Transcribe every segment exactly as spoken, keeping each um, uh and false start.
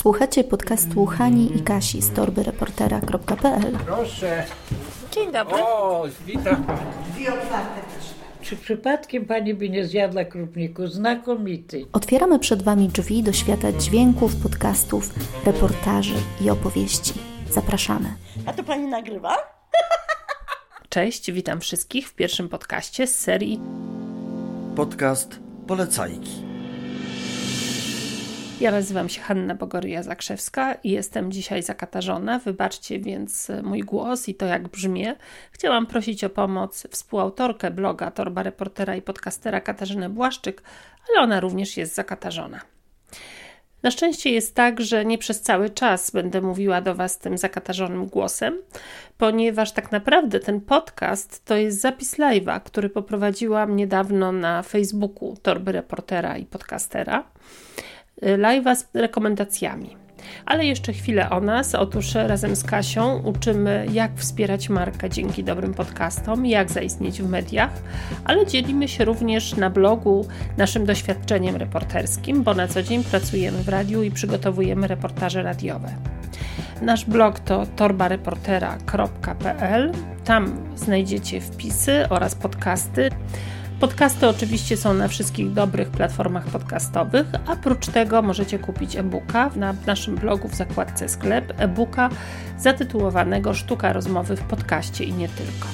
Słuchacie podcastu Hani i Kasi z torby reportera kropka pe el. Proszę. Dzień dobry. O, witam. Dwie otwarte też. Czy przypadkiem pani by nie zjadła krupniku? Znakomity. Otwieramy przed Wami drzwi do świata dźwięków, podcastów, reportaży i opowieści. Zapraszamy. A to pani nagrywa? Cześć, witam wszystkich w pierwszym podcaście z serii Podcast Polecajki. Ja nazywam się Hanna Bogoryja-Zakrzewska i jestem dzisiaj zakatarzona. Wybaczcie więc mój głos i to, jak brzmię. Chciałam prosić o pomoc współautorkę bloga Torba Reportera i Podcastera Katarzynę Błaszczyk, ale ona również jest zakatarzona. Na szczęście jest tak, że nie przez cały czas będę mówiła do Was tym zakatarzonym głosem, ponieważ tak naprawdę ten podcast to jest zapis live'a, który poprowadziłam niedawno na Facebooku Torby Reportera i Podcastera. Live'a z rekomendacjami. Ale jeszcze chwilę o nas. Otóż razem z Kasią uczymy, jak wspierać markę dzięki dobrym podcastom, jak zaistnieć w mediach, ale dzielimy się również na blogu naszym doświadczeniem reporterskim, bo na co dzień pracujemy w radiu i przygotowujemy reportaże radiowe. Nasz blog to torba reportera kropka pe el. Tam znajdziecie wpisy oraz podcasty. Podcasty oczywiście są na wszystkich dobrych platformach podcastowych, a prócz tego możecie kupić e-booka na naszym blogu w zakładce sklep, e-booka zatytułowanego Sztuka rozmowy w podcaście i nie tylko.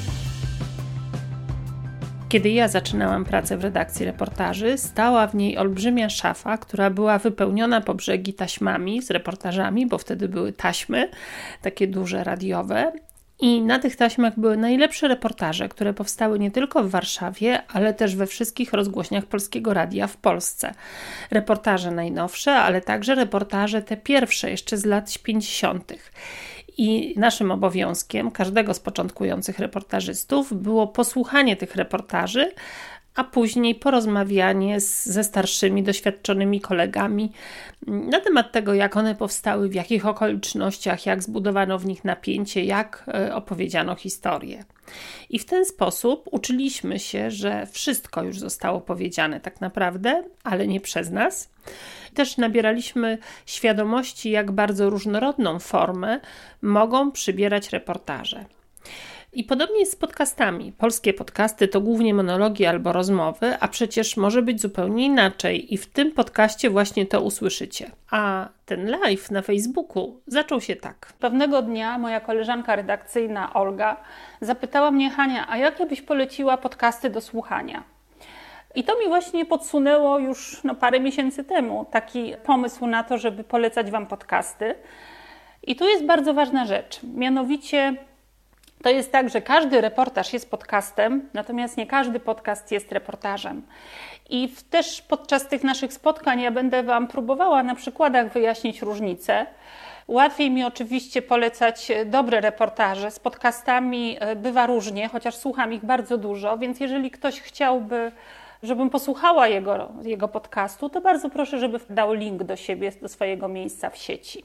Kiedy ja zaczynałam pracę w redakcji reportaży, stała w niej olbrzymia szafa, która była wypełniona po brzegi taśmami z reportażami, bo wtedy były taśmy, takie duże radiowe. I na tych taśmach były najlepsze reportaże, które powstały nie tylko w Warszawie, ale też we wszystkich rozgłośniach Polskiego Radia w Polsce. Reportaże najnowsze, ale także reportaże te pierwsze, jeszcze z lat pięćdziesiątych. I naszym obowiązkiem, każdego z początkujących reportażystów, było posłuchanie tych reportaży, a później porozmawianie z, ze starszymi, doświadczonymi kolegami na temat tego, jak one powstały, w jakich okolicznościach, jak zbudowano w nich napięcie, jak opowiedziano historię. I w ten sposób uczyliśmy się, że wszystko już zostało powiedziane tak naprawdę, ale nie przez nas. Też nabieraliśmy świadomości, jak bardzo różnorodną formę mogą przybierać reportaże. I podobnie jest z podcastami. Polskie podcasty to głównie monologi albo rozmowy, a przecież może być zupełnie inaczej i w tym podcaście właśnie to usłyszycie. A ten live na Facebooku zaczął się tak. Pewnego dnia moja koleżanka redakcyjna Olga zapytała mnie: Hania, a jakie byś poleciła podcasty do słuchania? I to mi właśnie podsunęło już no, parę miesięcy temu taki pomysł na to, żeby polecać Wam podcasty. I tu jest bardzo ważna rzecz, mianowicie to jest tak, że każdy reportaż jest podcastem, natomiast nie każdy podcast jest reportażem. I w, też podczas tych naszych spotkań ja będę Wam próbowała na przykładach wyjaśnić różnice. Łatwiej mi oczywiście polecać dobre reportaże. Z podcastami bywa różnie, chociaż słucham ich bardzo dużo, więc jeżeli ktoś chciałby, żebym posłuchała jego, jego podcastu, to bardzo proszę, żeby dał link do siebie, do swojego miejsca w sieci.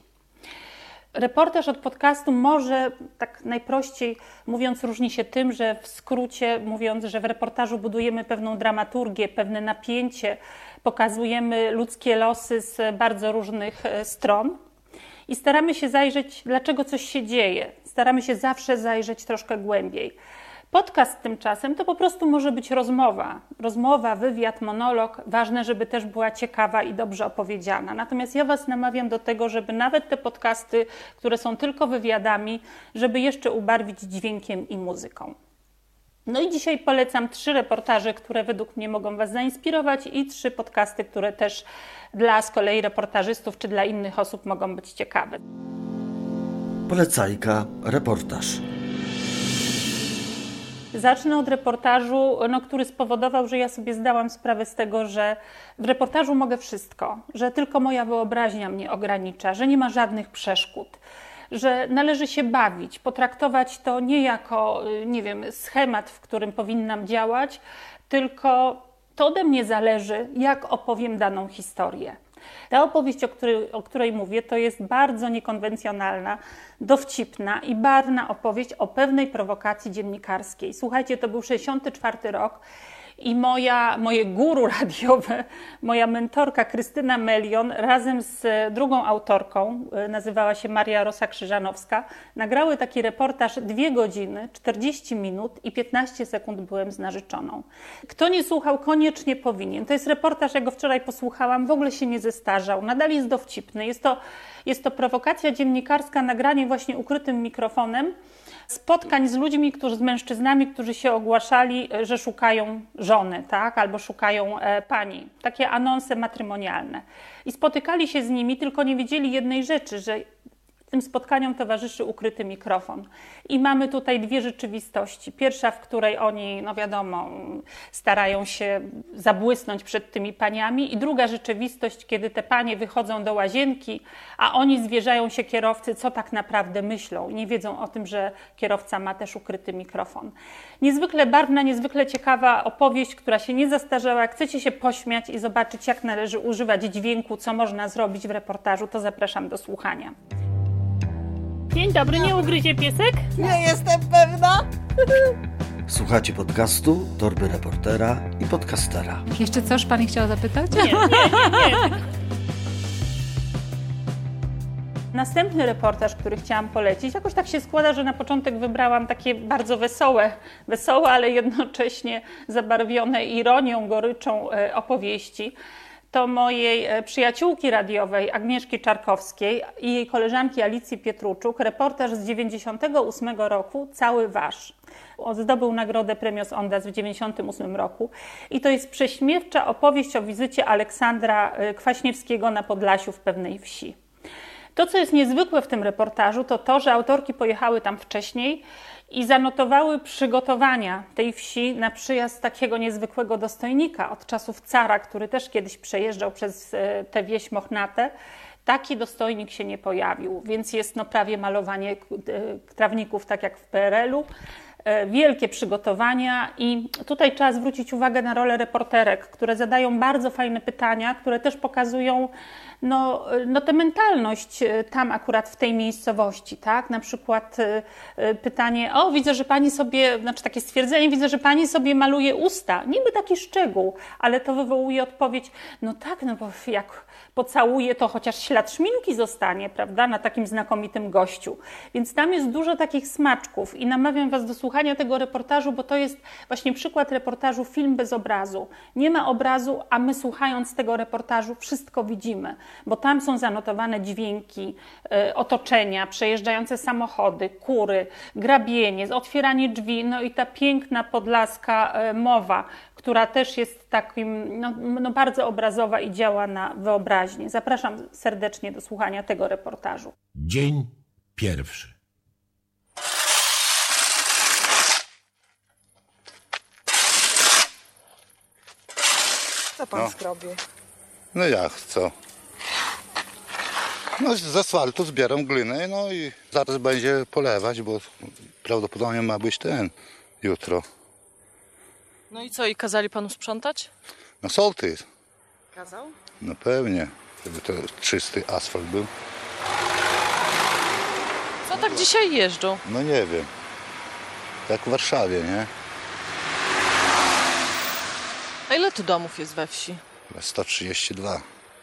Reportaż od podcastu może, tak najprościej mówiąc, różni się tym, że w skrócie mówiąc, że w reportażu budujemy pewną dramaturgię, pewne napięcie, pokazujemy ludzkie losy z bardzo różnych stron i staramy się zajrzeć, dlaczego coś się dzieje. Staramy się zawsze zajrzeć troszkę głębiej. Podcast tymczasem to po prostu może być rozmowa. Rozmowa, wywiad, monolog. Ważne, żeby też była ciekawa i dobrze opowiedziana. Natomiast ja Was namawiam do tego, żeby nawet te podcasty, które są tylko wywiadami, żeby jeszcze ubarwić dźwiękiem i muzyką. No i dzisiaj polecam trzy reportaże, które według mnie mogą Was zainspirować i trzy podcasty, które też dla z kolei reportażystów czy dla innych osób mogą być ciekawe. Polecajka, reportaż. Zacznę od reportażu, no, który spowodował, że ja sobie zdałam sprawę z tego, że w reportażu mogę wszystko, że tylko moja wyobraźnia mnie ogranicza, że nie ma żadnych przeszkód, że należy się bawić, potraktować to nie jako, nie wiem, schemat, w którym powinnam działać, tylko to ode mnie zależy, jak opowiem daną historię. Ta opowieść, o której, o której mówię, to jest bardzo niekonwencjonalna, dowcipna i barwna opowieść o pewnej prowokacji dziennikarskiej. Słuchajcie, to był sześćdziesiąty czwarty rok I moja, moje guru radiowe, moja mentorka Krystyna Melion razem z drugą autorką, nazywała się Maria Rosa-Krzyżanowska, nagrały taki reportaż dwie godziny, czterdzieści minut i piętnaście sekund byłem z narzeczoną. Kto nie słuchał, koniecznie powinien. To jest reportaż, jak go wczoraj posłuchałam, w ogóle się nie zestarzał, nadal jest dowcipny. Jest to, jest to prowokacja dziennikarska, nagranie właśnie ukrytym mikrofonem spotkań z ludźmi, którzy, z mężczyznami, którzy się ogłaszali, że szukają żony, tak? Albo szukają e, pani. Takie anonse matrymonialne. I spotykali się z nimi, tylko nie wiedzieli jednej rzeczy, że tym spotkaniom towarzyszy ukryty mikrofon. I mamy tutaj dwie rzeczywistości. Pierwsza, w której oni, no wiadomo, starają się zabłysnąć przed tymi paniami, i druga rzeczywistość, kiedy te panie wychodzą do łazienki, a oni zwierzają się kierowcy, co tak naprawdę myślą. Nie wiedzą o tym, że kierowca ma też ukryty mikrofon. Niezwykle barwna, niezwykle ciekawa opowieść, która się nie zastarzała. Jak chcecie się pośmiać i zobaczyć, jak należy używać dźwięku, co można zrobić w reportażu, to zapraszam do słuchania. Dzień dobry, nie ugryzie piesek? Nie jestem pewna. Słuchacie podcastu Torby Reportera i Podcastera. Jeszcze coś pani chciała zapytać? Nie, nie, nie, nie. Następny reportaż, który chciałam polecić, jakoś tak się składa, że na początek wybrałam takie bardzo wesołe, wesołe, ale jednocześnie zabarwione ironią, goryczą opowieści. To mojej przyjaciółki radiowej Agnieszki Czarkowskiej i jej koleżanki Alicji Pietruczuk, reportaż z dziewięćdziesiątego ósmego roku, Cały wasz. Zdobył nagrodę Premios Ondas w dziewięćdziesiątym ósmym roku i to jest prześmiewcza opowieść o wizycie Aleksandra Kwaśniewskiego na Podlasiu w pewnej wsi. To, co jest niezwykłe w tym reportażu, to to, że autorki pojechały tam wcześniej i zanotowały przygotowania tej wsi na przyjazd takiego niezwykłego dostojnika od czasów cara, który też kiedyś przejeżdżał przez tę wieś Mochnate. Taki dostojnik się nie pojawił, więc jest no prawie malowanie trawników, tak jak w P R L-u. Wielkie przygotowania i tutaj trzeba zwrócić uwagę na rolę reporterek, które zadają bardzo fajne pytania, które też pokazują no, no tę mentalność tam akurat w tej miejscowości, tak? Na przykład pytanie, o widzę, że pani sobie, znaczy takie stwierdzenie, widzę, że pani sobie maluje usta. Niby taki szczegół, ale to wywołuje odpowiedź, no tak, no bo jak pocałuje, to chociaż ślad szminki zostanie, prawda, na takim znakomitym gościu. Więc tam jest dużo takich smaczków i namawiam was do słuchania tego reportażu, bo to jest właśnie przykład reportażu film bez obrazu. Nie ma obrazu, a my słuchając tego reportażu wszystko widzimy, bo tam są zanotowane dźwięki, y, otoczenia, przejeżdżające samochody, kury, grabienie, otwieranie drzwi, no i ta piękna podlaska y, mowa, która też jest takim no, no bardzo obrazowa i działa na wyobraźnię. Zapraszam serdecznie do słuchania tego reportażu. Dzień pierwszy. Co pan no. skrobi? No jak, co? No z asfaltu zbieram gliny, no i zaraz będzie polewać, bo prawdopodobnie ma być ten jutro. No i co, i kazali panu sprzątać? No sołtys. Kazał? No pewnie, żeby to czysty asfalt był. Co tak dzisiaj jeżdżą? No nie wiem, jak w Warszawie, nie? A ile tu domów jest we wsi? sto trzydzieści dwa.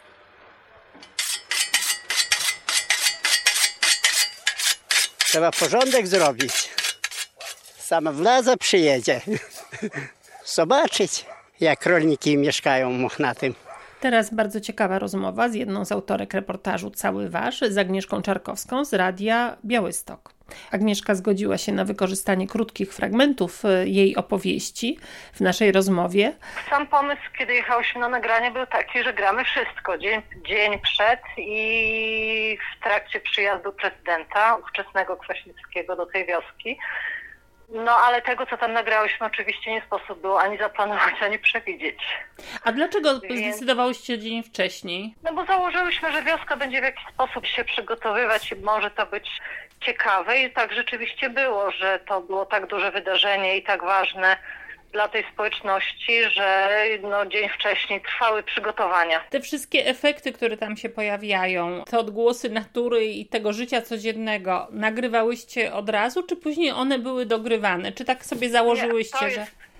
Trzeba porządek zrobić. Sama władza przyjedzie. Zobaczyć, jak rolniki mieszkają w Mochnatym. Teraz bardzo ciekawa rozmowa z jedną z autorek reportażu Cały wasz, z Agnieszką Czarkowską z Radia Białystok. Agnieszka zgodziła się na wykorzystanie krótkich fragmentów jej opowieści w naszej rozmowie. Sam pomysł, kiedy jechałyśmy na nagranie, był taki, że gramy wszystko. Dzień, dzień przed i w trakcie przyjazdu prezydenta ówczesnego Kwaśniewskiego do tej wioski. No ale tego, co tam nagrałyśmy, oczywiście nie sposób było ani zaplanować, ani przewidzieć. A dlaczego Więc... zdecydowałyście dzień wcześniej? No bo założyłyśmy, że wioska będzie w jakiś sposób się przygotowywać i może to być ciekawe. I tak rzeczywiście było, że to było tak duże wydarzenie i tak ważne dla tej społeczności, że no, dzień wcześniej trwały przygotowania. Te wszystkie efekty, które tam się pojawiają, te odgłosy natury i tego życia codziennego, nagrywałyście od razu, czy później one były dogrywane? Czy tak sobie założyłyście, Nie, to że... jest,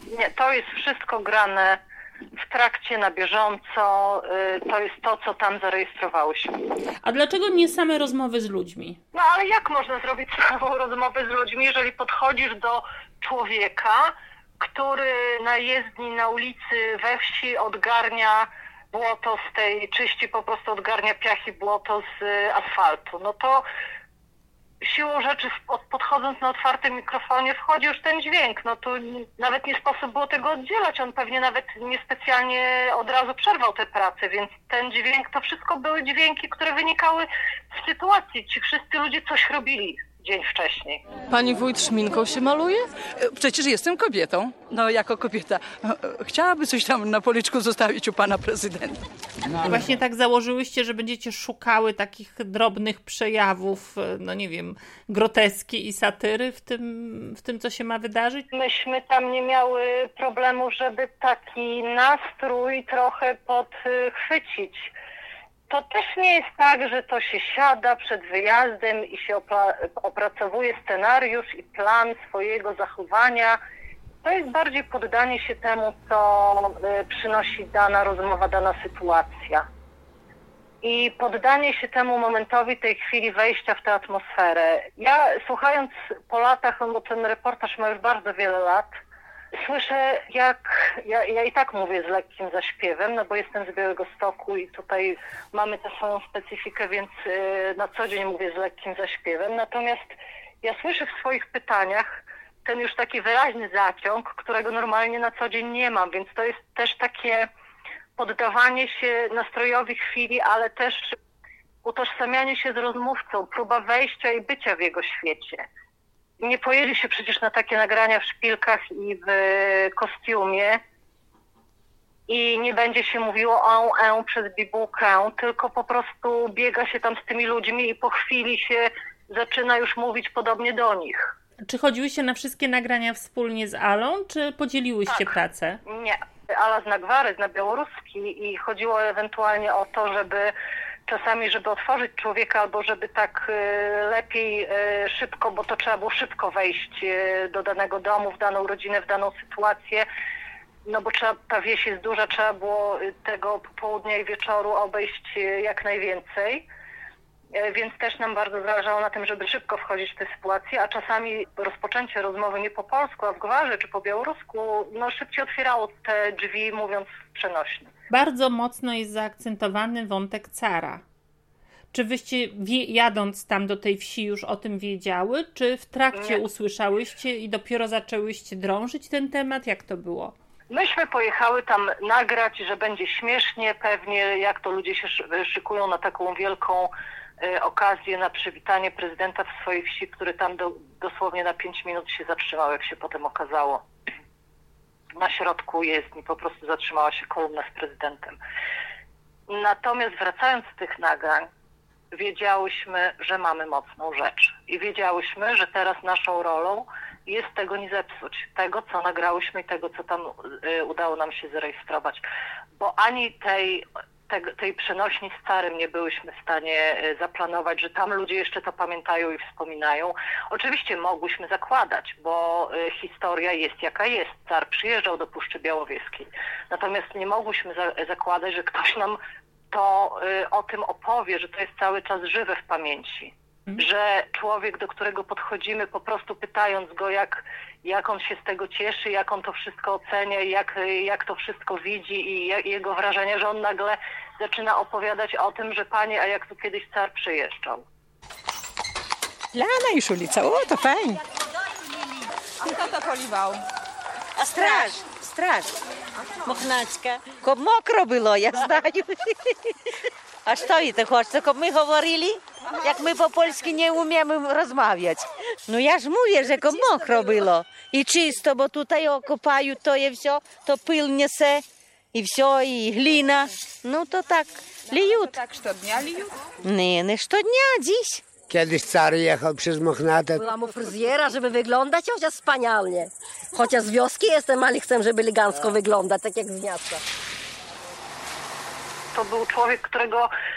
Nie, to jest wszystko grane w trakcie, na bieżąco. To jest to, co tam zarejestrowałyśmy. A dlaczego nie same rozmowy z ludźmi? No ale jak można zrobić samą rozmowę z ludźmi, jeżeli podchodzisz do człowieka, który na jezdni, na ulicy, we wsi odgarnia błoto z tej, czyści po prostu odgarnia piach i błoto z asfaltu. No to siłą rzeczy, podchodząc na otwartym mikrofonie, wchodzi już ten dźwięk. No tu nawet nie sposób było tego oddzielać. On pewnie nawet niespecjalnie od razu przerwał tę pracę, więc ten dźwięk, to wszystko były dźwięki, które wynikały z sytuacji. Ci wszyscy ludzie coś robili dzień wcześniej. Pani wójt szminką się maluje? Przecież jestem kobietą. No jako kobieta chciałaby coś tam na policzku zostawić u pana prezydenta. No. Właśnie tak założyłyście, że będziecie szukały takich drobnych przejawów, no nie wiem, groteski i satyry w tym, w tym, co się ma wydarzyć? Myśmy tam nie miały problemu, żeby taki nastrój trochę podchwycić. To też nie jest tak, że to się siada przed wyjazdem i się opracowuje scenariusz i plan swojego zachowania. To jest bardziej poddanie się temu, co przynosi dana rozmowa, dana sytuacja. I poddanie się temu momentowi, tej chwili wejścia w tę atmosferę. Ja słuchając po latach, bo ten reportaż ma już bardzo wiele lat, słyszę jak, ja, ja i tak mówię z lekkim zaśpiewem, no bo jestem z Białegostoku i tutaj mamy tę swoją specyfikę, więc y, na co dzień mówię z lekkim zaśpiewem. Natomiast ja słyszę w swoich pytaniach ten już taki wyraźny zaciąg, którego normalnie na co dzień nie mam, więc to jest też takie poddawanie się nastrojowi chwili, ale też utożsamianie się z rozmówcą, próba wejścia i bycia w jego świecie. Nie pojedzie się przecież na takie nagrania w szpilkach i w kostiumie i nie będzie się mówiło ą, ę przez bibułkę, tylko po prostu biega się tam z tymi ludźmi i po chwili się zaczyna już mówić podobnie do nich. Czy chodziłyście na wszystkie nagrania wspólnie z Alą, czy podzieliłyście tak. pracę? Nie. Ala zna gwary, zna białoruski i chodziło ewentualnie o to, żeby czasami, żeby otworzyć człowieka albo żeby tak lepiej, szybko, bo to trzeba było szybko wejść do danego domu, w daną rodzinę, w daną sytuację, no bo trzeba, ta wieś jest duża, trzeba było tego popołudnia i wieczoru obejść jak najwięcej. Więc też nam bardzo zależało na tym, żeby szybko wchodzić w tę sytuację, a czasami rozpoczęcie rozmowy nie po polsku, a w gwarze czy po białorusku, no szybciej otwierało te drzwi, mówiąc przenośnie. Bardzo mocno jest zaakcentowany wątek cara. Czy wyście wie, jadąc tam do tej wsi już o tym wiedziały, czy w trakcie nie. usłyszałyście i dopiero zaczęłyście drążyć ten temat? Jak to było? Myśmy pojechały tam nagrać, że będzie śmiesznie pewnie, jak to ludzie się szykują na taką wielką okazję na przywitanie prezydenta w swojej wsi, który tam do, dosłownie na pięć minut się zatrzymał, jak się potem okazało. Na środku jezdni po prostu zatrzymała się kolumna z prezydentem. Natomiast wracając z tych nagrań, wiedziałyśmy, że mamy mocną rzecz. I wiedziałyśmy, że teraz naszą rolą jest tego nie zepsuć. Tego, co nagrałyśmy i tego, co tam y, udało nam się zarejestrować. Bo ani tej Tej, tej przenośni z carem nie byłyśmy w stanie zaplanować, że tam ludzie jeszcze to pamiętają i wspominają. Oczywiście mogłyśmy zakładać, bo historia jest jaka jest. Car przyjeżdżał do Puszczy Białowieskiej. Natomiast nie mogłyśmy za, zakładać, że ktoś nam to y, o tym opowie, że to jest cały czas żywe w pamięci. Hmm. Że człowiek, do którego podchodzimy, po prostu pytając go, jak, jak on się z tego cieszy, jak on to wszystko ocenia, jak, jak to wszystko widzi i jak, jego wrażenie, że on nagle zaczyna opowiadać o tym, że panie, a jak tu kiedyś car przyjeżdżał. Lana już ulica, o to fajnie. A kto to poliwał? A straż, straż. Мохнацька. Щоб мокро було, я знаю. А що ти хочеш, щоб ми говорили, як ми по-польськи не вміємо розмовляти? Ну я ж mówię, że щоб мокро було. І чисто, бо тут окопають, то є все, то пил несе, і все, і глина. Ну то так, льють. To tak штодня льють? Nie, nie штодня, dziś. Kiedyś car jechał przez Mochnate. Byłam u fryzjera, żeby wyglądać chociaż wspaniale. Chociaż z wioski jestem, ale chcę, żeby elegancko wyglądać, tak jak z miasta. To był człowiek, którego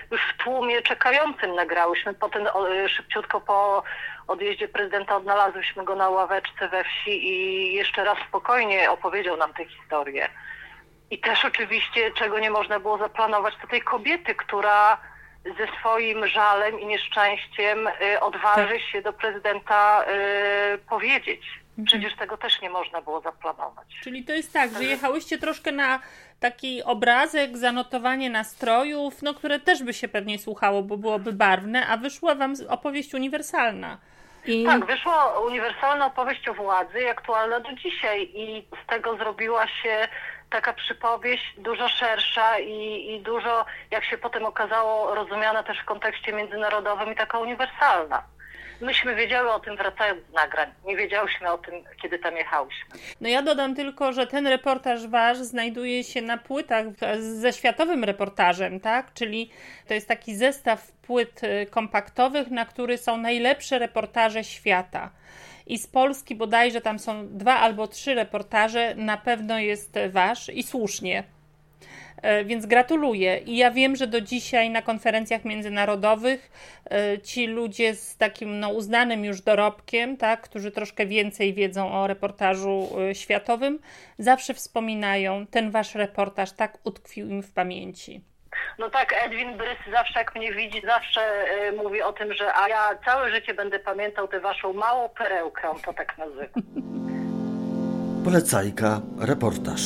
już w tłumie czekającym nagrałyśmy. Potem szybciutko po odjeździe prezydenta odnalazłyśmy go na ławeczce we wsi i jeszcze raz spokojnie opowiedział nam tę historię. I też oczywiście, czego nie można było zaplanować, to tej kobiety, która ze swoim żalem i nieszczęściem y, odważy tak. się do prezydenta y, powiedzieć. Przecież tego też nie można było zaplanować. Czyli to jest tak, że jechałyście troszkę na taki obrazek, zanotowanie nastrojów, no które też by się pewnie słuchało, bo byłoby barwne, a wyszła wam opowieść uniwersalna. I... Tak, wyszła uniwersalna opowieść o władzy, aktualna do dzisiaj i z tego zrobiła się taka przypowieść dużo szersza i, i dużo, jak się potem okazało, rozumiana też w kontekście międzynarodowym i taka uniwersalna. Myśmy wiedziały o tym wracając z nagrań, nie wiedziałyśmy o tym, kiedy tam jechałyśmy. No ja dodam tylko, że ten reportaż wasz znajduje się na płytach ze światowym reportażem, tak? Czyli to jest taki zestaw płyt kompaktowych, na który są najlepsze reportaże świata. I z Polski bodajże tam są dwa albo trzy reportaże, na pewno jest wasz i słusznie. Więc gratuluję. I ja wiem, że do dzisiaj na konferencjach międzynarodowych ci ludzie z takim no, uznanym już dorobkiem, tak, którzy troszkę więcej wiedzą o reportażu światowym, zawsze wspominają, ten wasz reportaż tak utkwił im w pamięci. No tak, Edwin Brys zawsze jak mnie widzi, zawsze y, mówi o tym, że a ja całe życie będę pamiętał tę waszą małą perełkę, on to tak nazywa. Polecajka, reportaż.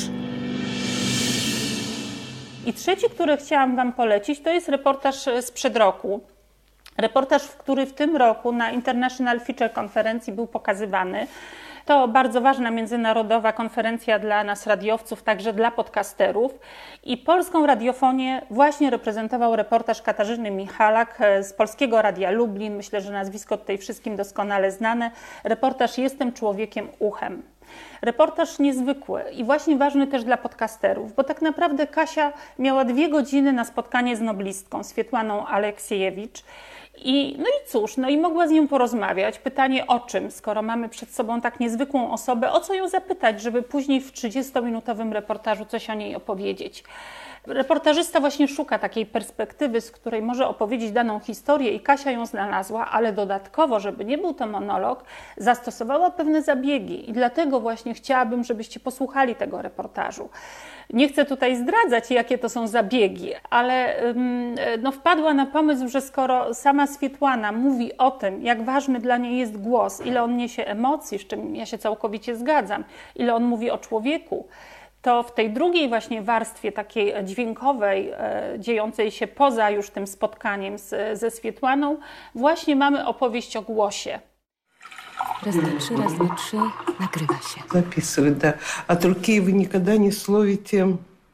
I trzeci, który chciałam wam polecić, to jest reportaż sprzed roku. Reportaż, który w tym roku na International Feature konferencji był pokazywany. To bardzo ważna międzynarodowa konferencja dla nas radiowców, także dla podcasterów. I polską radiofonię właśnie reprezentował reportaż Katarzyny Michalak z Polskiego Radia Lublin. Myślę, że nazwisko tutaj wszystkim doskonale znane. Reportaż Jestem człowiekiem uchem. Reportaż niezwykły i właśnie ważny też dla podcasterów, bo tak naprawdę Kasia miała dwie godziny na spotkanie z noblistką Swietłaną Aleksiejewicz. I, no i cóż, no i mogła z nią porozmawiać. Pytanie o czym, skoro mamy przed sobą tak niezwykłą osobę, o co ją zapytać, żeby później w trzydziestominutowym reportażu coś o niej opowiedzieć. Reportażysta właśnie szuka takiej perspektywy, z której może opowiedzieć daną historię i Kasia ją znalazła, ale dodatkowo, żeby nie był to monolog, zastosowała pewne zabiegi i dlatego właśnie chciałabym, żebyście posłuchali tego reportażu. Nie chcę tutaj zdradzać, jakie to są zabiegi, ale no, wpadła na pomysł, że skoro sama Swietłana mówi o tym, jak ważny dla niej jest głos, ile on niesie emocji, z czym ja się całkowicie zgadzam, ile on mówi o człowieku, to w tej drugiej właśnie warstwie takiej dźwiękowej, e, dziejącej się poza już tym spotkaniem z, ze Swietłaną, właśnie mamy opowieść o głosie. Raz, dwa, trzy, raz, dwa, trzy, nagrywa się. Записывать, да. От руки вы никогда не словите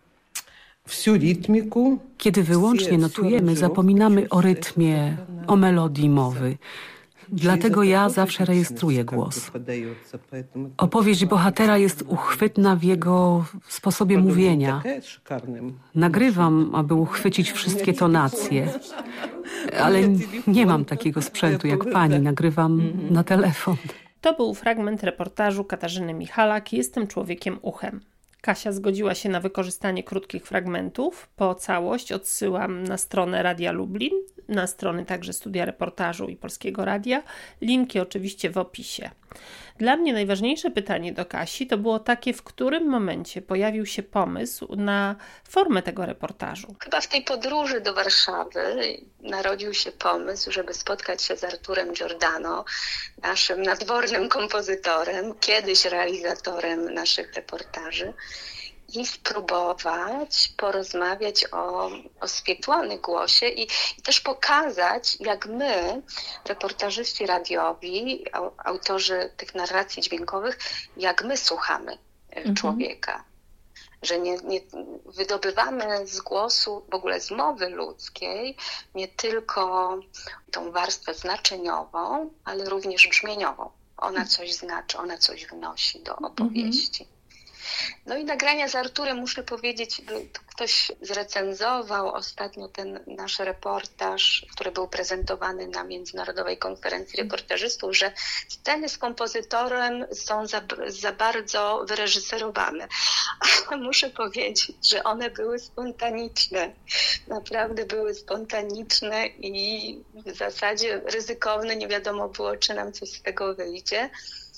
всю ритмику. Kiedy wyłącznie notujemy, zapominamy o rytmie, o melodii mowy. Dlatego ja zawsze rejestruję głos. Opowieść bohatera jest uchwytna w jego sposobie mówienia. Nagrywam, aby uchwycić wszystkie tonacje. Ale nie mam takiego sprzętu jak pani. Nagrywam na telefon. To był fragment reportażu Katarzyny Michalak Jestem człowiekiem uchem. Kasia zgodziła się na wykorzystanie krótkich fragmentów. Po całość odsyłam na stronę Radia Lublin, na strony także Studia Reportażu i Polskiego Radia. Linki oczywiście w opisie. Dla mnie najważniejsze pytanie do Kasi to było takie, w którym momencie pojawił się pomysł na formę tego reportażu. Chyba w tej podróży do Warszawy narodził się pomysł, żeby spotkać się z Arturem Giordano, naszym nadwornym kompozytorem, kiedyś realizatorem naszych reportaży, i spróbować porozmawiać o, o Swietłany głosie i, i też pokazać, jak my, reportażyści radiowi, autorzy tych narracji dźwiękowych, jak my słuchamy mhm. człowieka. Że nie, nie wydobywamy z głosu, w ogóle z mowy ludzkiej, nie tylko tą warstwę znaczeniową, ale również brzmieniową. Ona coś znaczy, ona coś wnosi do opowieści. Mhm. No i nagrania z Arturem, muszę powiedzieć, ktoś zrecenzował ostatnio ten nasz reportaż, który był prezentowany na Międzynarodowej Konferencji Reportażystów, że sceny z kompozytorem są za, za bardzo wyreżyserowane. Ale muszę powiedzieć, że one były spontaniczne. Naprawdę były spontaniczne i w zasadzie ryzykowne. Nie wiadomo było, czy nam coś z tego wyjdzie.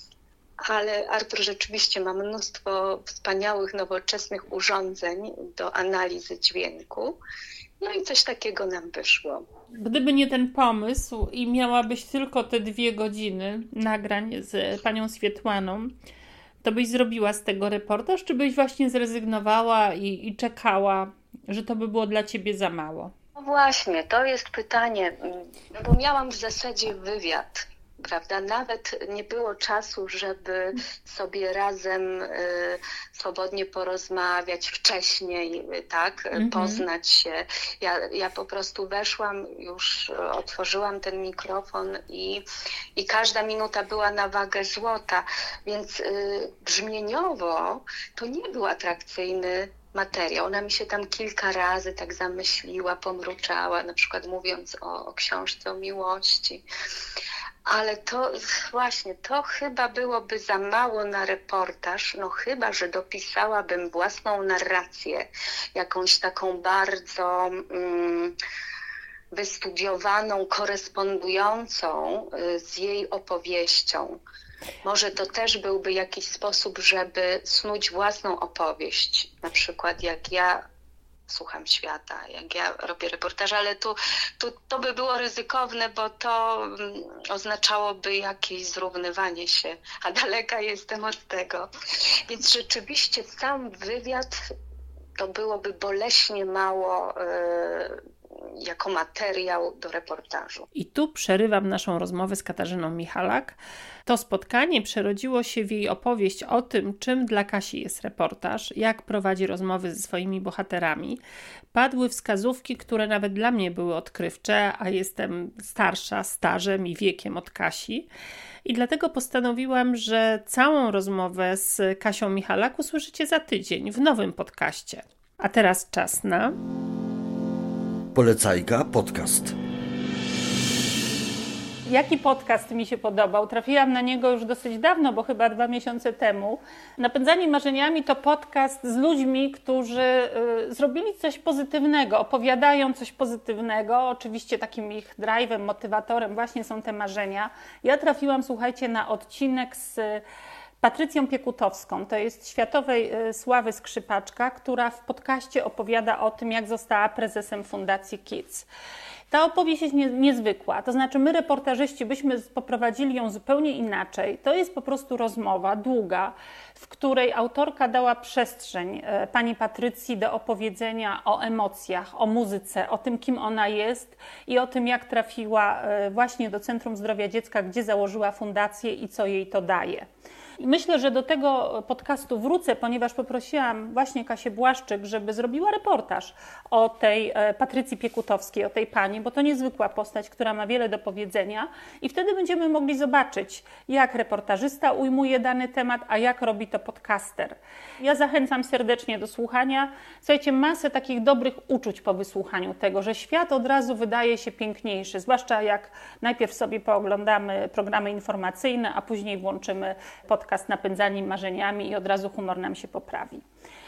Ale Artur rzeczywiście ma mnóstwo wspaniałych, nowoczesnych urządzeń do analizy dźwięku. No i coś takiego nam wyszło. Gdyby nie ten pomysł i miałabyś tylko te dwie godziny nagrań z panią Swietłaną, to byś zrobiła z tego reportaż, czy byś właśnie zrezygnowała i, i czekała, że to by było dla ciebie za mało? No właśnie, to jest pytanie, no bo miałam w zasadzie wywiad, prawda? Nawet nie było czasu, żeby sobie razem y, swobodnie porozmawiać wcześniej, tak? Mm-hmm. Poznać się. Ja, ja po prostu weszłam, już otworzyłam ten mikrofon i, i każda minuta była na wagę złota, więc y, brzmieniowo to nie był atrakcyjny materiał. Ona mi się tam kilka razy tak zamyśliła, pomruczała, na przykład mówiąc o, o książce o miłości. Ale to właśnie, to chyba byłoby za mało na reportaż, no chyba, że dopisałabym własną narrację, jakąś taką bardzo mm, wystudiowaną, korespondującą z jej opowieścią. Może to też byłby jakiś sposób, żeby snuć własną opowieść, na przykład jak ja słucham świata, jak ja robię reportaże, ale tu, tu to by było ryzykowne, bo to oznaczałoby jakieś zrównywanie się, a daleka jestem od tego. Więc rzeczywiście sam wywiad to byłoby boleśnie mało yy, jako materiał do reportażu. I tu przerywam naszą rozmowę z Katarzyną Michalak. To spotkanie przerodziło się w jej opowieść o tym, czym dla Kasi jest reportaż, jak prowadzi rozmowy ze swoimi bohaterami. Padły wskazówki, które nawet dla mnie były odkrywcze, a jestem starsza, stażem i wiekiem od Kasi. I dlatego postanowiłam, że całą rozmowę z Kasią Michalak usłyszycie za tydzień w nowym podcaście. A teraz czas na... Polecajka podcast. Jaki podcast mi się podobał? Trafiłam na niego już dosyć dawno, bo chyba dwa miesiące temu. Napędzani marzeniami to podcast z ludźmi, którzy y, zrobili coś pozytywnego, opowiadają coś pozytywnego. Oczywiście takim ich drive'em, motywatorem właśnie są te marzenia. Ja trafiłam, słuchajcie, na odcinek z Patrycją Piekutowską. To jest światowej y, sławy skrzypaczka, która w podcaście opowiada o tym, jak została prezesem Fundacji Kids. Ta opowieść jest nie, niezwykła, to znaczy my reportażyści byśmy poprowadzili ją zupełnie inaczej. To jest po prostu rozmowa długa, w której autorka dała przestrzeń e, pani Patrycji do opowiedzenia o emocjach, o muzyce, o tym, kim ona jest i o tym, jak trafiła e, właśnie do Centrum Zdrowia Dziecka, gdzie założyła fundację i co jej to daje. I myślę, że do tego podcastu wrócę, ponieważ poprosiłam właśnie Kasię Błaszczyk, żeby zrobiła reportaż o tej Patrycji Piekutowskiej, o tej pani, bo to niezwykła postać, która ma wiele do powiedzenia i wtedy będziemy mogli zobaczyć, jak reportażysta ujmuje dany temat, a jak robi to podcaster. Ja zachęcam serdecznie do słuchania. Słuchajcie, masę takich dobrych uczuć po wysłuchaniu tego, że świat od razu wydaje się piękniejszy, zwłaszcza jak najpierw sobie pooglądamy programy informacyjne, a później włączymy podcast Napędzani marzeniami i od razu humor nam się poprawi.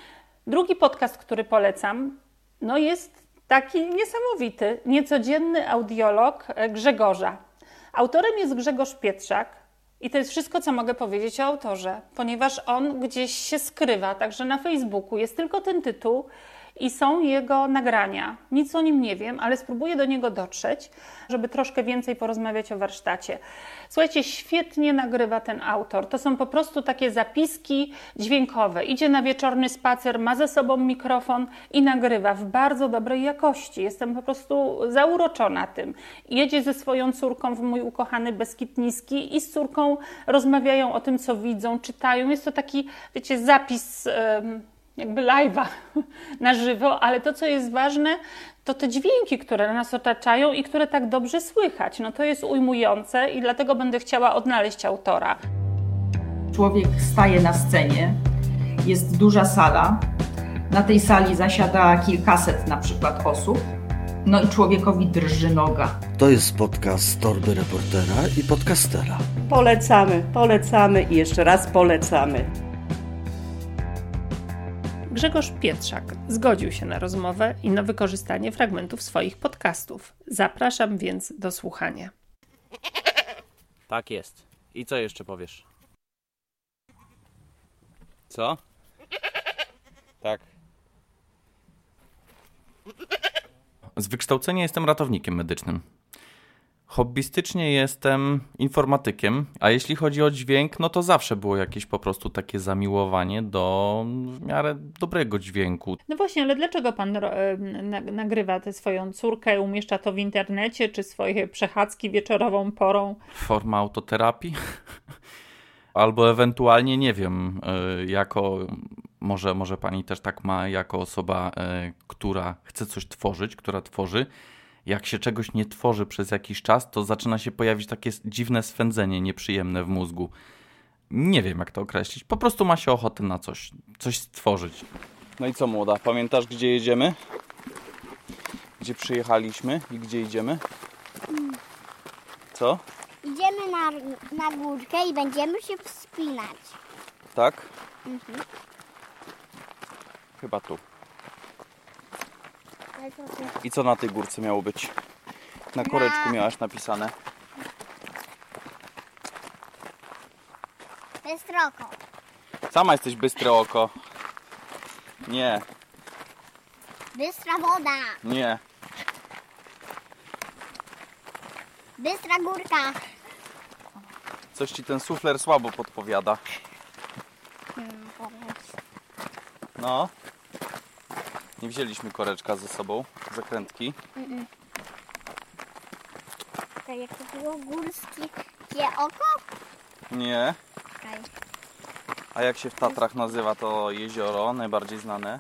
Drugi podcast, który polecam, no jest taki niesamowity, niecodzienny audiolog Grzegorza. Autorem jest Grzegorz Pietrzak i to jest wszystko, co mogę powiedzieć o autorze, ponieważ on gdzieś się skrywa, także na Facebooku jest tylko ten tytuł i są jego nagrania. Nic o nim nie wiem, ale spróbuję do niego dotrzeć, żeby troszkę więcej porozmawiać o warsztacie. Słuchajcie, świetnie nagrywa ten autor. To są po prostu takie zapiski dźwiękowe. Idzie na wieczorny spacer, ma ze sobą mikrofon i nagrywa w bardzo dobrej jakości. Jestem po prostu zauroczona tym. Jedzie ze swoją córką w Mój ukochany Beskid Niski i z córką rozmawiają o tym, co widzą, czytają. Jest to taki, wiecie, zapis... Yy, jakby live'a na żywo, ale to, co jest ważne, to te dźwięki, które nas otaczają i które tak dobrze słychać. No to jest ujmujące i dlatego będę chciała odnaleźć autora. Człowiek staje na scenie jest duża sala. Na tej sali zasiada kilkaset na przykład osób. No i człowiekowi drży noga. To jest podcast Torby Reportera i Podcastera. Polecamy, polecamy i jeszcze raz polecamy. Grzegorz Pietrzak zgodził się na rozmowę i na wykorzystanie fragmentów swoich podcastów. Zapraszam więc do słuchania. Tak jest. I co jeszcze powiesz? Co? Tak. Z wykształcenia jestem ratownikiem medycznym. Hobbystycznie jestem informatykiem, a jeśli chodzi o dźwięk, no to zawsze było jakieś po prostu takie zamiłowanie do w miarę dobrego dźwięku. No właśnie, ale dlaczego pan e, nagrywa tę swoją córkę, umieszcza to w internecie, czy swoje przechadzki wieczorową porą? Forma autoterapii? Albo ewentualnie, nie wiem, jako, może, może pani też tak ma, jako osoba, która chce coś tworzyć, która tworzy, jak się czegoś nie tworzy przez jakiś czas, to zaczyna się pojawić takie dziwne swędzenie nieprzyjemne w mózgu. Nie wiem, jak to określić. Po prostu ma się ochotę na coś, coś stworzyć. No i co, młoda? Pamiętasz, gdzie jedziemy? Gdzie przyjechaliśmy i gdzie idziemy? Co? Idziemy na, na górkę i będziemy się wspinać. Tak? Mhm. Chyba tu. I co na tej górce miało być? Na koreczku miałaś napisane. Bystre oko. Sama jesteś bystre oko. Nie. Bystra woda. Nie. Bystra górka. Coś ci ten sufler słabo podpowiada. No. Nie wzięliśmy koreczka ze sobą, zakrętki. Mm-mm. To jak to było górskie oko? Nie. Okay. A jak się w Tatrach nazywa to jezioro najbardziej znane?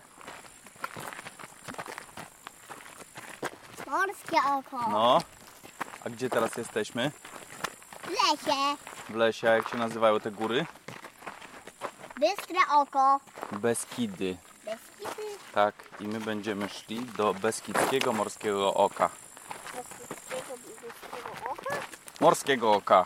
Morskie oko. No. A gdzie teraz jesteśmy? W lesie. W lesie. A jak się nazywają te góry? Bystre oko. Beskidy. Beskidy? Tak. I my będziemy szli do Beskidzkiego Morskiego Oka. Beskidzkiego Morskiego Oka? Morskiego Oka.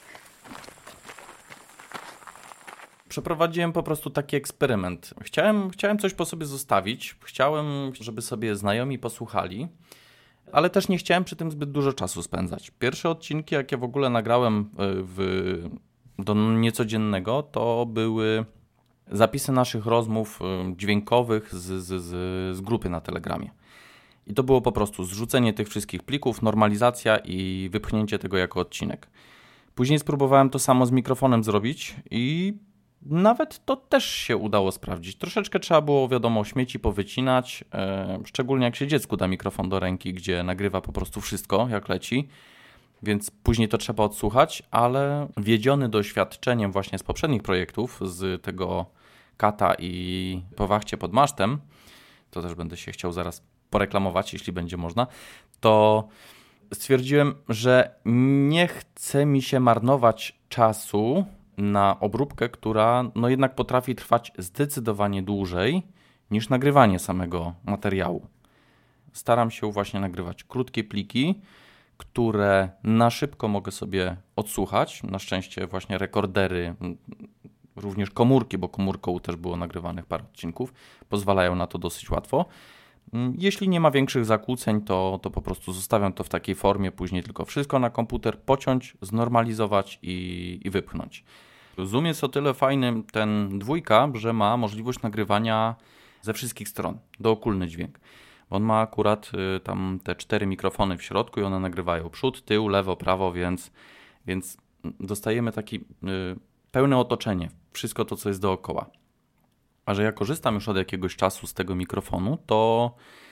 Przeprowadziłem po prostu taki eksperyment. Chciałem, chciałem coś po sobie zostawić. Chciałem, żeby sobie znajomi posłuchali. Ale też nie chciałem przy tym zbyt dużo czasu spędzać. Pierwsze odcinki, jakie w ogóle nagrałem w, do niecodziennego, to były zapisy naszych rozmów dźwiękowych z, z, z, z grupy na Telegramie. I to było po prostu zrzucenie tych wszystkich plików, normalizacja i wypchnięcie tego jako odcinek. Później spróbowałem to samo z mikrofonem zrobić i nawet to też się udało sprawdzić. Troszeczkę trzeba było, wiadomo, śmieci powycinać, e, szczególnie jak się dziecku da mikrofon do ręki, gdzie nagrywa po prostu wszystko, jak leci, więc później to trzeba odsłuchać, ale wiedziony doświadczeniem właśnie z poprzednich projektów, z tego Kata i Po wachcie pod masztem, to też będę się chciał zaraz poreklamować, jeśli będzie można, to stwierdziłem, że nie chce mi się marnować czasu na obróbkę, która no jednak potrafi trwać zdecydowanie dłużej niż nagrywanie samego materiału. Staram się właśnie nagrywać krótkie pliki, które na szybko mogę sobie odsłuchać. Na szczęście właśnie rekordery, również komórki, bo komórką też było nagrywanych parę odcinków, pozwalają na to dosyć łatwo. Jeśli nie ma większych zakłóceń, to, to po prostu zostawiam to w takiej formie, później tylko wszystko na komputer pociąć, znormalizować i, i wypchnąć. Zoom jest o tyle fajny ten dwójka, że ma możliwość nagrywania ze wszystkich stron, dookólny dźwięk. On ma akurat y, tam te cztery mikrofony w środku i one nagrywają przód, tył, lewo, prawo, więc, więc dostajemy takie y, pełne otoczenie, wszystko to, co jest dookoła. A że ja korzystam już od jakiegoś czasu z tego mikrofonu, to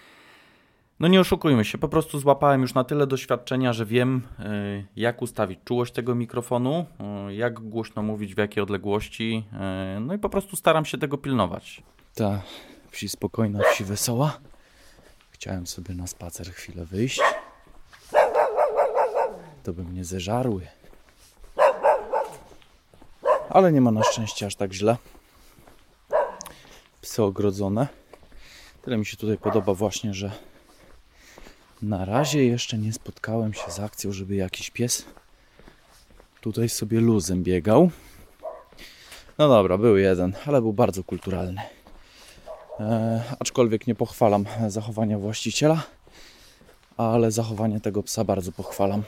no nie oszukujmy się, po prostu złapałem już na tyle doświadczenia, że wiem, jak ustawić czułość tego mikrofonu, jak głośno mówić, w jakiej odległości, no i po prostu staram się tego pilnować. Ta wsi spokojna, wsi wesoła. Chciałem sobie na spacer chwilę wyjść, to by mnie zeżarły. Ale nie ma na szczęście aż tak źle. psy ogrodzone. Tyle mi się tutaj podoba właśnie, że na razie jeszcze nie spotkałem się z akcją, żeby jakiś pies tutaj sobie luzem biegał. No dobra, był jeden, ale był bardzo kulturalny. E, aczkolwiek nie pochwalam zachowania właściciela, ale zachowanie tego psa bardzo pochwalam.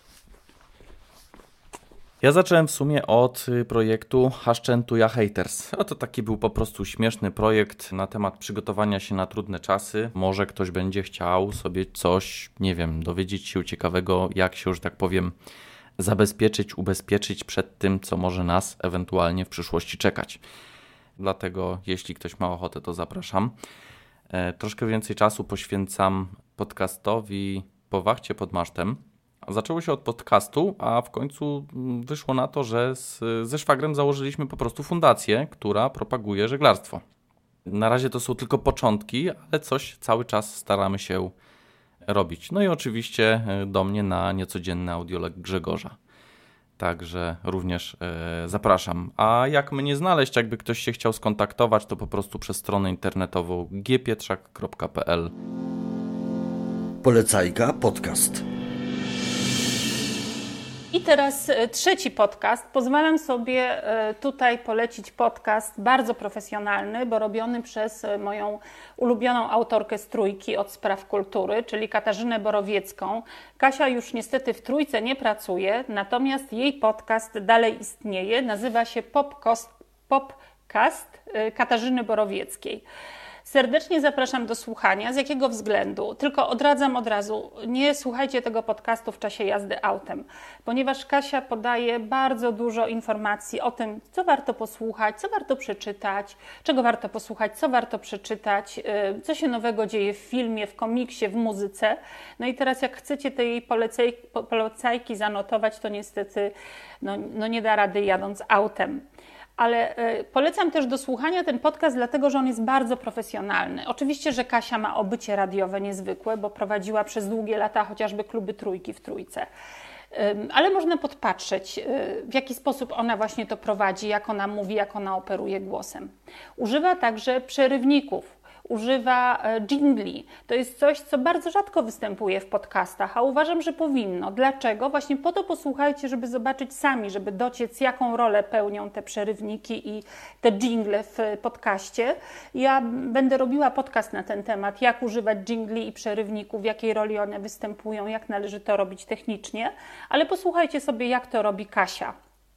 Ja zacząłem w sumie od projektu Haszczentuja Haters. A to taki był po prostu śmieszny projekt na temat przygotowania się na trudne czasy. Może ktoś będzie chciał sobie coś, nie wiem, dowiedzieć się ciekawego, jak się, że tak powiem, zabezpieczyć, ubezpieczyć przed tym, co może nas ewentualnie w przyszłości czekać. Dlatego, jeśli ktoś ma ochotę, to zapraszam. E, troszkę więcej czasu poświęcam podcastowi Po wachcie pod masztem. Zaczęło się od podcastu, a w końcu wyszło na to, że z, ze szwagrem założyliśmy po prostu fundację, która propaguje żeglarstwo. Na razie to są tylko początki, ale coś cały czas staramy się robić. No i oczywiście do mnie na niecodzienny audiolog Grzegorza. Także również e, zapraszam. A jak mnie znaleźć, jakby ktoś się chciał skontaktować, to po prostu przez stronę internetową g pietrzak kropka p l. Polecajka podcast. I teraz trzeci podcast. Pozwalam sobie tutaj polecić podcast bardzo profesjonalny, bo robiony przez moją ulubioną autorkę z Trójki od spraw kultury, czyli Katarzynę Borowiecką. Kasia już niestety w Trójce nie pracuje, natomiast jej podcast dalej istnieje. Nazywa się Popcast, Popcast Katarzyny Borowieckiej. Serdecznie zapraszam do słuchania. Z jakiego względu? Tylko odradzam od razu, nie słuchajcie tego podcastu w czasie jazdy autem, ponieważ Kasia podaje bardzo dużo informacji o tym, co warto posłuchać, co warto przeczytać, czego warto posłuchać, co warto przeczytać, co się nowego dzieje w filmie, w komiksie, w muzyce. No i teraz jak chcecie te jej polecaj, polecajki zanotować, to niestety no, no nie da rady jadąc autem. Ale polecam też do słuchania ten podcast, dlatego że on jest bardzo profesjonalny. Oczywiście, że Kasia ma obycie radiowe niezwykłe, bo prowadziła przez długie lata chociażby kluby Trójki w Trójce. Ale można podpatrzeć, w jaki sposób ona właśnie to prowadzi, jak ona mówi, jak ona operuje głosem. Używa także przerywników. Używa dżingli. To jest coś, co bardzo rzadko występuje w podcastach, a uważam, że powinno. Dlaczego? Właśnie po to posłuchajcie, żeby zobaczyć sami, żeby dociec, jaką rolę pełnią te przerywniki i te dżingle w podcaście. Ja będę robiła podcast na ten temat, jak używać dżingli i przerywników, w jakiej roli one występują, jak należy to robić technicznie, ale posłuchajcie sobie, jak to robi Kasia.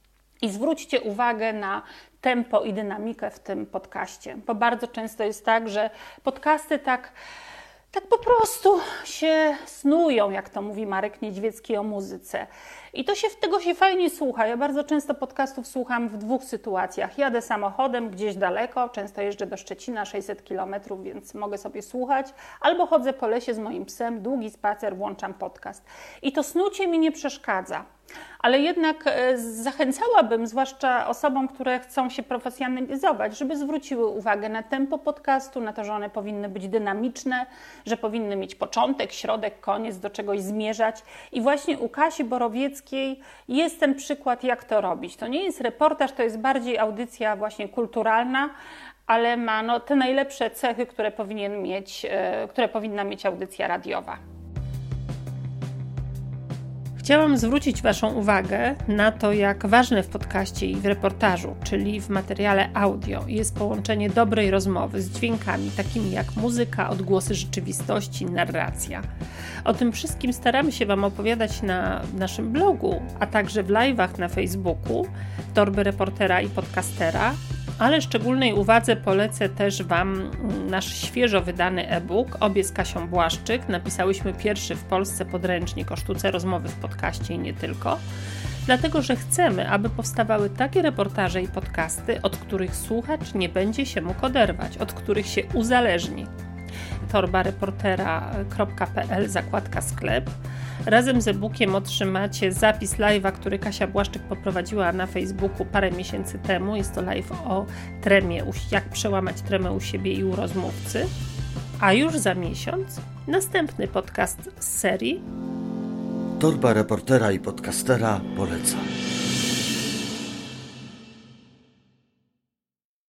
I zwróćcie uwagę na tempo i dynamikę w tym podcaście, bo bardzo często jest tak, że podcasty tak, tak po prostu się snują, jak to mówi Marek Niedźwiecki o muzyce. I to się, tego się fajnie słucha. Ja bardzo często podcastów słucham w dwóch sytuacjach. Jadę samochodem gdzieś daleko, często jeżdżę do Szczecina, sześćset kilometrów, więc mogę sobie słuchać. Albo chodzę po lesie z moim psem, długi spacer, włączam podcast. I to snucie mi nie przeszkadza. Ale jednak zachęcałabym, zwłaszcza osobom, które chcą się profesjonalizować, żeby zwróciły uwagę na tempo podcastu, na to, że one powinny być dynamiczne, że powinny mieć początek, środek, koniec, do czegoś zmierzać. I właśnie u Kasi Borowieckiej jest ten przykład, jak to robić. To nie jest reportaż, to jest bardziej audycja właśnie kulturalna, ale ma no, te najlepsze cechy, które powinien mieć, które powinna mieć audycja radiowa. Chciałam zwrócić Waszą uwagę na to, jak ważne w podcaście i w reportażu, czyli w materiale audio, jest połączenie dobrej rozmowy z dźwiękami, takimi jak muzyka, odgłosy rzeczywistości, narracja. O tym wszystkim staramy się Wam opowiadać na naszym blogu, a także w live'ach na Facebooku, Torby Reportera i Podcastera, ale szczególnej uwadze polecę też Wam nasz świeżo wydany e-book Obie z Kasią Błaszczyk. Napisałyśmy pierwszy w Polsce podręcznik o sztuce rozmowy w podcaście i nie tylko, dlatego że chcemy, aby powstawały takie reportaże i podcasty, od których słuchacz nie będzie się mógł oderwać, od których się uzależni. torba reportera kropka p l, zakładka sklep. Razem z e-bookiem otrzymacie zapis live'a, który Kasia Błaszczyk poprowadziła na Facebooku parę miesięcy temu. Jest to live o tremie, jak przełamać tremę u siebie i u rozmówcy. A już za miesiąc następny podcast z serii Torba Reportera i Podcastera poleca.